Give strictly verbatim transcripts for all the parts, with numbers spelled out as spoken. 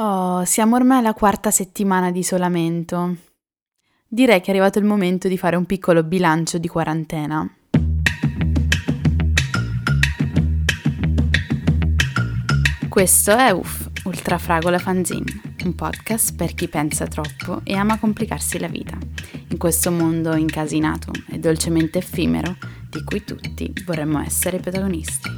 Oh, siamo ormai alla quarta settimana di isolamento. Direi che è arrivato il momento di fare un piccolo bilancio di quarantena. Questo è U F, Ultra Fragola Fanzine, un podcast per chi pensa troppo e ama complicarsi la vita, in questo mondo incasinato e dolcemente effimero di cui tutti vorremmo essere protagonisti.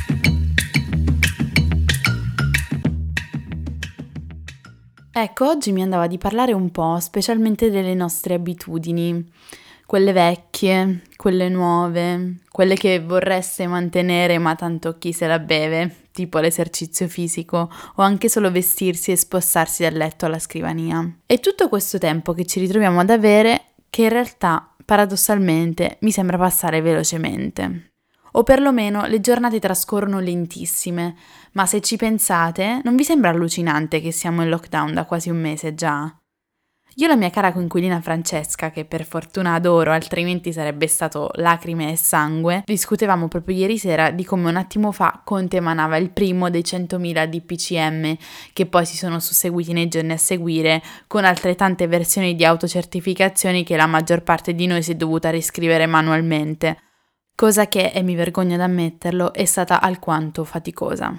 Ecco, oggi mi andava di parlare un po', specialmente delle nostre abitudini, quelle vecchie, quelle nuove, quelle che vorreste mantenere ma tanto chi se la beve, tipo l'esercizio fisico o anche solo vestirsi e spostarsi dal letto alla scrivania. E tutto questo tempo che ci ritroviamo ad avere che in realtà, paradossalmente, mi sembra passare velocemente. O perlomeno le giornate trascorrono lentissime, ma se ci pensate, non vi sembra allucinante che siamo in lockdown da quasi un mese già? Io e la mia cara coinquilina Francesca, che per fortuna adoro, altrimenti sarebbe stato lacrime e sangue, discutevamo proprio ieri sera di come un attimo fa Conte emanava il primo dei centomila D P C M, che poi si sono susseguiti nei giorni a seguire, con altrettante versioni di autocertificazioni che la maggior parte di noi si è dovuta riscrivere manualmente. Cosa che, e mi vergogno ad ammetterlo, è stata alquanto faticosa.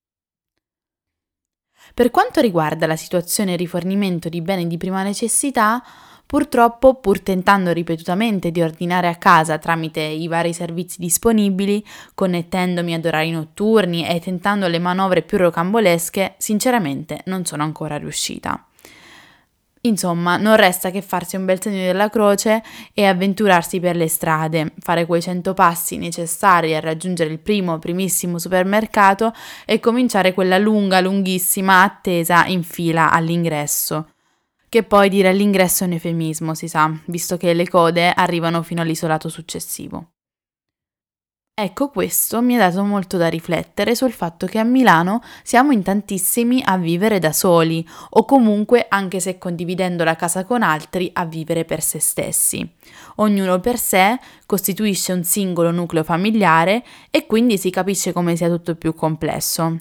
Per quanto riguarda la situazione rifornimento di beni di prima necessità, purtroppo, pur tentando ripetutamente di ordinare a casa tramite i vari servizi disponibili, connettendomi ad orari notturni e tentando le manovre più rocambolesche, sinceramente non sono ancora riuscita. Insomma, non resta che farsi un bel segno della croce e avventurarsi per le strade, fare quei cento passi necessari a raggiungere il primo, primissimo supermercato e cominciare quella lunga, lunghissima attesa in fila all'ingresso. Che poi dire all'ingresso è un eufemismo, si sa, visto che le code arrivano fino all'isolato successivo. Ecco, questo mi ha dato molto da riflettere sul fatto che a Milano siamo in tantissimi a vivere da soli o comunque, anche se condividendo la casa con altri, a vivere per se stessi. Ognuno per sé costituisce un singolo nucleo familiare e quindi si capisce come sia tutto più complesso.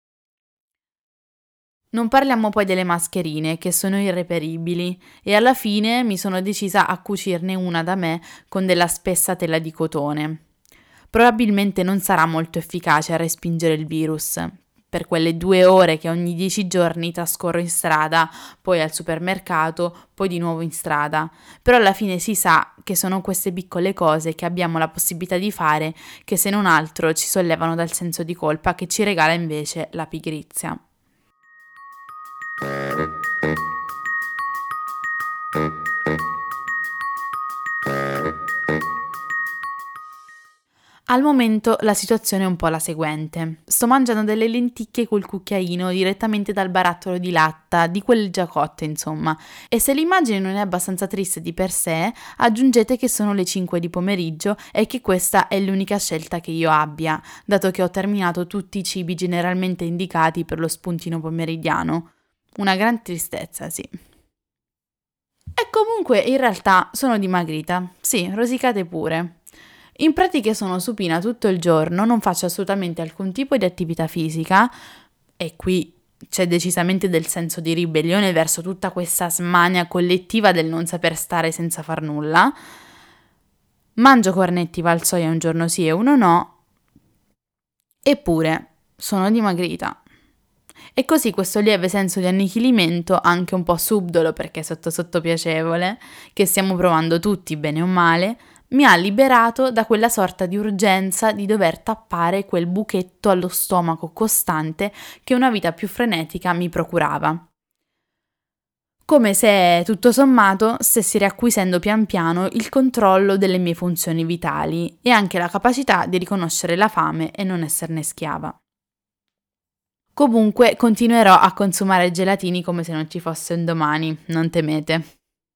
Non parliamo poi delle mascherine, che sono irreperibili, e alla fine mi sono decisa a cucirne una da me con della spessa tela di cotone. Probabilmente non sarà molto efficace a respingere il virus, per quelle due ore che ogni dieci giorni trascorro in strada, poi al supermercato, poi di nuovo in strada. Però alla fine si sa che sono queste piccole cose che abbiamo la possibilità di fare che se non altro ci sollevano dal senso di colpa che ci regala invece la pigrizia. Al momento la situazione è un po' la seguente. Sto mangiando delle lenticchie col cucchiaino direttamente dal barattolo di latta, di quelle già cotte insomma, e se l'immagine non è abbastanza triste di per sé, aggiungete che sono le cinque di pomeriggio e che questa è l'unica scelta che io abbia, dato che ho terminato tutti i cibi generalmente indicati per lo spuntino pomeridiano. Una gran tristezza, sì. E comunque in realtà sono dimagrita, sì, rosicate pure. In pratica sono supina tutto il giorno, non faccio assolutamente alcun tipo di attività fisica e qui c'è decisamente del senso di ribellione verso tutta questa smania collettiva del non saper stare senza far nulla. Mangio cornetti valsoia un giorno sì e uno no, eppure sono dimagrita. E così questo lieve senso di annichilimento, anche un po' subdolo perché sotto sotto piacevole, che stiamo provando tutti bene o male, mi ha liberato da quella sorta di urgenza di dover tappare quel buchetto allo stomaco costante che una vita più frenetica mi procurava. Come se, tutto sommato, stessi riacquisendo pian piano il controllo delle mie funzioni vitali e anche la capacità di riconoscere la fame e non esserne schiava. Comunque continuerò a consumare gelatini come se non ci fosse un domani, non temete.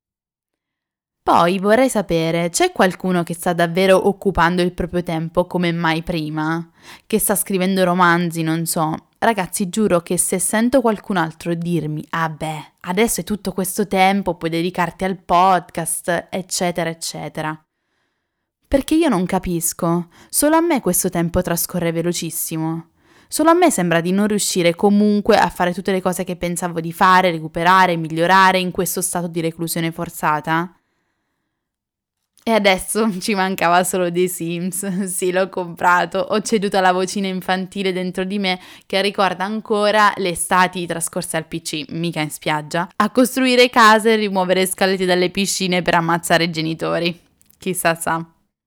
Poi vorrei sapere, c'è qualcuno che sta davvero occupando il proprio tempo come mai prima? Che sta scrivendo romanzi, non so. Ragazzi, giuro che se sento qualcun altro dirmi, ah beh, adesso è tutto questo tempo, puoi dedicarti al podcast, eccetera, eccetera. Perché io non capisco, solo a me questo tempo trascorre velocissimo. Solo a me sembra di non riuscire comunque a fare tutte le cose che pensavo di fare, recuperare, migliorare in questo stato di reclusione forzata. E adesso ci mancava solo dei Sims. Sì, l'ho comprato, ho ceduto alla vocina infantile dentro di me che ricorda ancora le estati trascorse al P C, mica in spiaggia, a costruire case e rimuovere scalette dalle piscine per ammazzare i genitori. Chissà sa.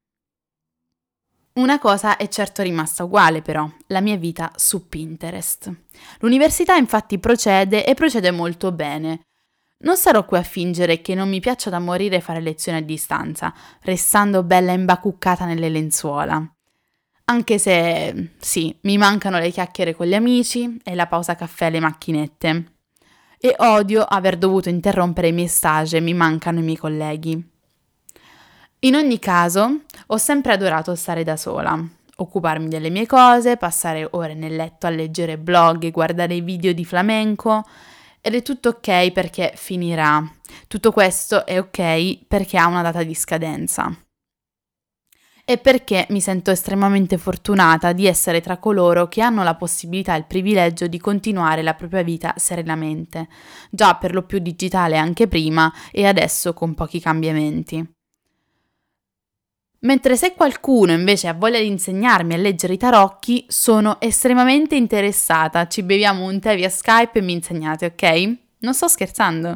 Una cosa è certo rimasta uguale però, la mia vita su Pinterest. L'università infatti procede e procede molto bene. Non sarò qui a fingere che non mi piaccia da morire fare lezioni a distanza, restando bella imbacuccata nelle lenzuola. Anche se, sì, mi mancano le chiacchiere con gli amici e la pausa caffè alle macchinette. E odio aver dovuto interrompere i miei stage, mi mancano i miei colleghi. In ogni caso, ho sempre adorato stare da sola, occuparmi delle mie cose, passare ore nel letto a leggere blog e guardare video di flamenco, ed è tutto ok perché finirà. Tutto questo è ok perché ha una data di scadenza. E perché mi sento estremamente fortunata di essere tra coloro che hanno la possibilità e il privilegio di continuare la propria vita serenamente, già per lo più digitale anche prima e adesso con pochi cambiamenti. Mentre se qualcuno invece ha voglia di insegnarmi a leggere i tarocchi, sono estremamente interessata. Ci beviamo un tè via Skype e mi insegnate, ok? Non sto scherzando.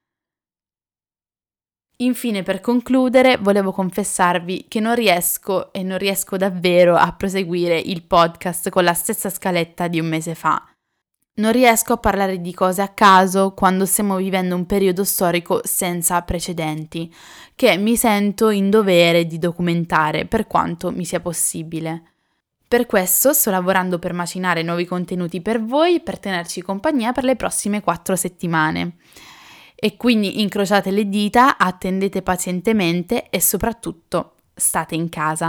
Infine, per concludere, volevo confessarvi che non riesco e non riesco davvero a proseguire il podcast con la stessa scaletta di un mese fa. Non riesco a parlare di cose a caso quando stiamo vivendo un periodo storico senza precedenti, che mi sento in dovere di documentare per quanto mi sia possibile. Per questo sto lavorando per macinare nuovi contenuti per voi, per tenerci compagnia per le prossime quattro settimane. E quindi incrociate le dita, attendete pazientemente e soprattutto state in casa.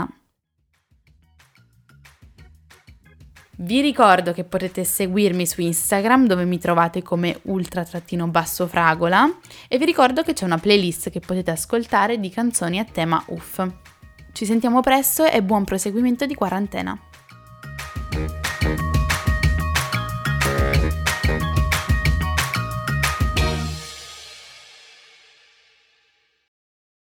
Vi ricordo che potete seguirmi su Instagram dove mi trovate come ultra-fragola e vi ricordo che c'è una playlist che potete ascoltare di canzoni a tema U F. Ci sentiamo presto e buon proseguimento di quarantena!